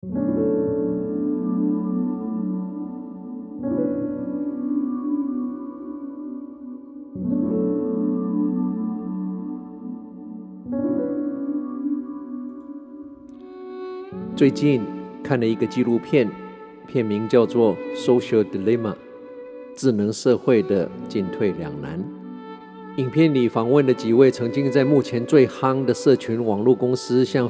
最近看了一个纪录片，片名叫做《Social Dilemma》，智能社会的进退两难。影片里访问了几位曾经在目前最夯的社群网络公司，像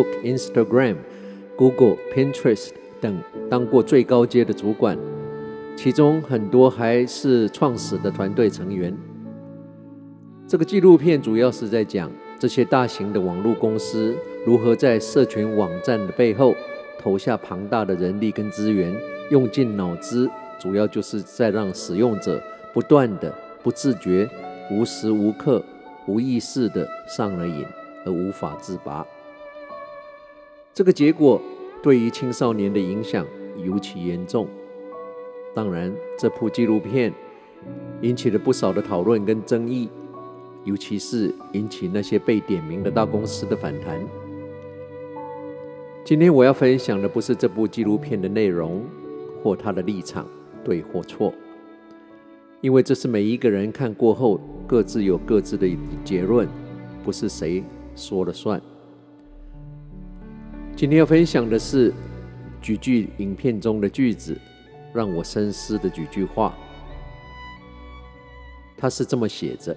Facebook、Instagram、Google、Pinterest 等当过最高阶的主管，其中很多还是创始的团队成员。这个纪录片主要是在讲这些大型的网络公司如何在社群网站的背后投下庞大的人力跟资源，用尽脑汁，主要就是在让使用者不断的、不自觉、无时无刻、无意识的上了瘾而无法自拔。这个结果对于青少年的影响尤其严重。当然，这部纪录片引起了不少的讨论跟争议，尤其是引起那些被点名的大公司的反弹。今天我要分享的不是这部纪录片的内容或它的立场对或错，因为这是每一个人看过后各自有各自的结论，不是谁说了算。今天要分享的是几句影片中的句子，让我深思的几句话。它是这么写着：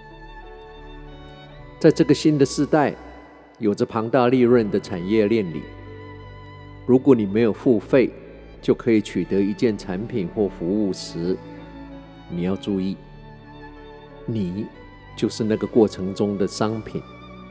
在这个新的世代，有着庞大利润的产业链里，如果你没有付费就可以取得一件产品或服务时，你要注意，你就是那个过程中的商品。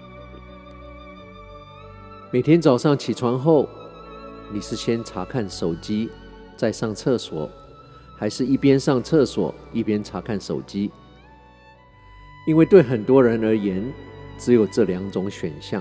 每天早上起床后，你是先查看手机再上厕所，还是一边上厕所一边查看手机？因为对很多人而言，只有这两种选项。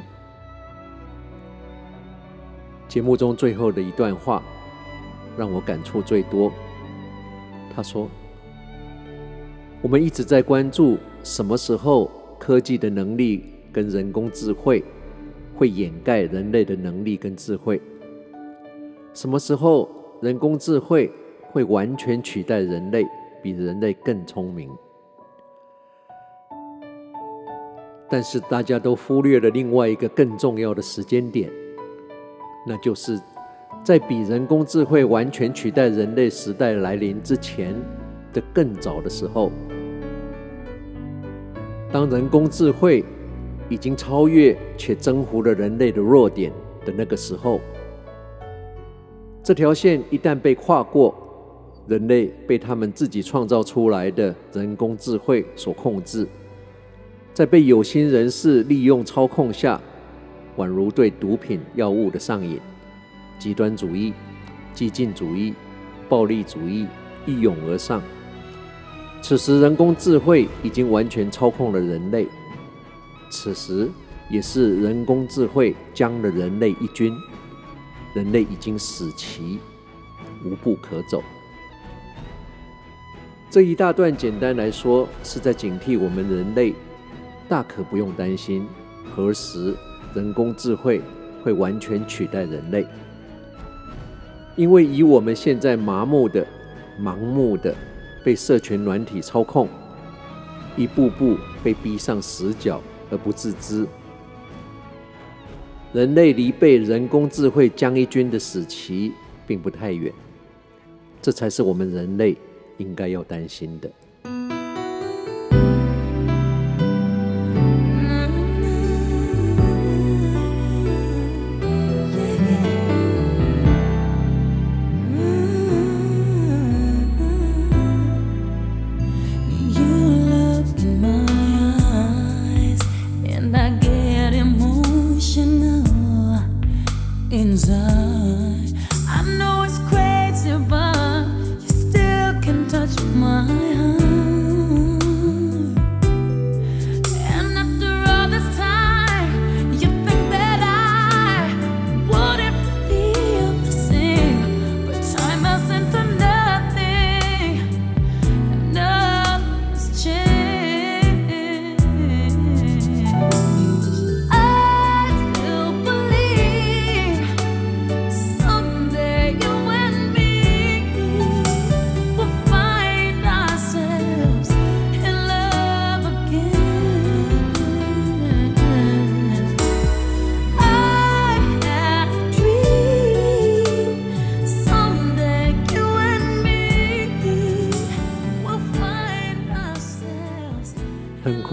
节目中最后的一段话让我感触最多。他说，我们一直在关注什么时候科技的能力跟人工智慧会掩盖人类的能力跟智慧，什么时候人工智慧会完全取代人类，比人类更聪明。但是大家都忽略了另外一个更重要的时间点，那就是在比人工智慧完全取代人类时代来临之前的更早的时候，当人工智慧已经超越且征服了人类的弱点的那个时候，这条线一旦被跨过，人类被他们自己创造出来的人工智慧所控制，在被有心人士利用操控下，宛如对毒品药物的上瘾，极端主义、激进主义、暴力主义一涌而上。此时人工智慧已经完全操控了人类，此时也是人工智慧将了人类一军，人类已经死期，无步可走。这一大段简单来说，是在警惕我们人类大可不用担心何时人工智慧会完全取代人类，因为以我们现在麻木的、盲目的被社群软体操控，一步步被逼上死角而不自知，人类离被人工智慧将一军的死期并不太远，这才是我们人类应该要担心的。 Inside, I know it's crazy, but you still can touch my heart.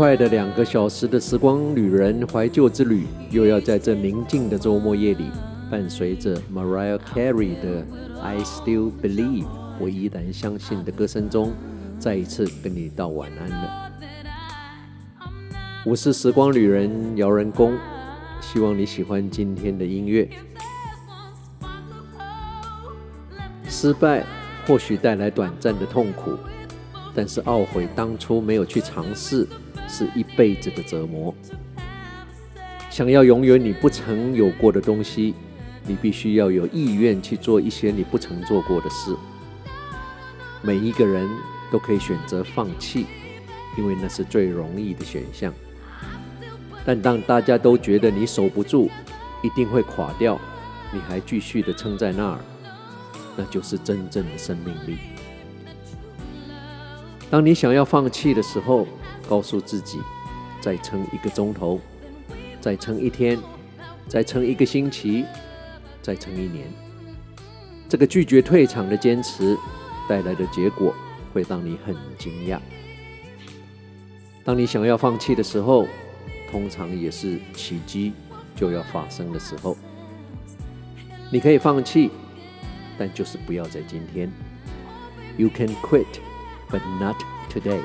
快的2个小时的时光旅人怀旧之旅，又要在这宁静的周末夜里，伴随着 Mariah Carey 的 I Still Believe 我依然相信的歌声中，再一次跟你道晚安了。我是时光旅人姚仁公，希望你喜欢今天的音乐。失败或许带来短暂的痛苦，但是懊悔当初没有去尝试，是一辈子的折磨。想要拥有你不曾有过的东西，你必须要有意愿去做一些你不曾做过的事。每一个人都可以选择放弃，因为那是最容易的选项。但当大家都觉得你守不住，一定会垮掉，你还继续的撑在那儿，那就是真正的生命力。当你想要放弃的时候，告诉自己再撑1个钟头，再撑1天，再撑1个星期，再撑1年。这个拒绝退场的坚持带来的结果会让你很惊讶。当你想要放弃的时候，通常也是奇迹就要发生的时候。你可以放弃，但就是不要在今天。You can quit, but not today.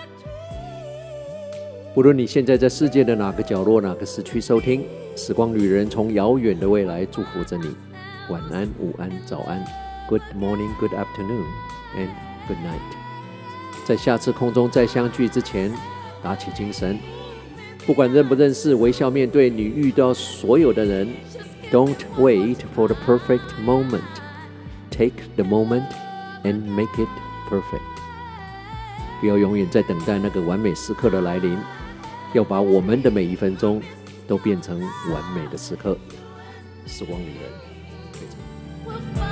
无论你现在在世界的哪个角落、哪个时区收听，时光旅人从遥远的未来祝福着你。晚安、午安、早安 ，Good morning, good afternoon, and good night. 在下次空中再相聚之前，打起精神。不管认不认识，微笑面对你遇到所有的人。Don't wait for the perfect moment. Take the moment and make it perfect. 不要永远在等待那个完美时刻的来临，要把我们的每一分钟都变成完美的时刻。时光旅人，非常。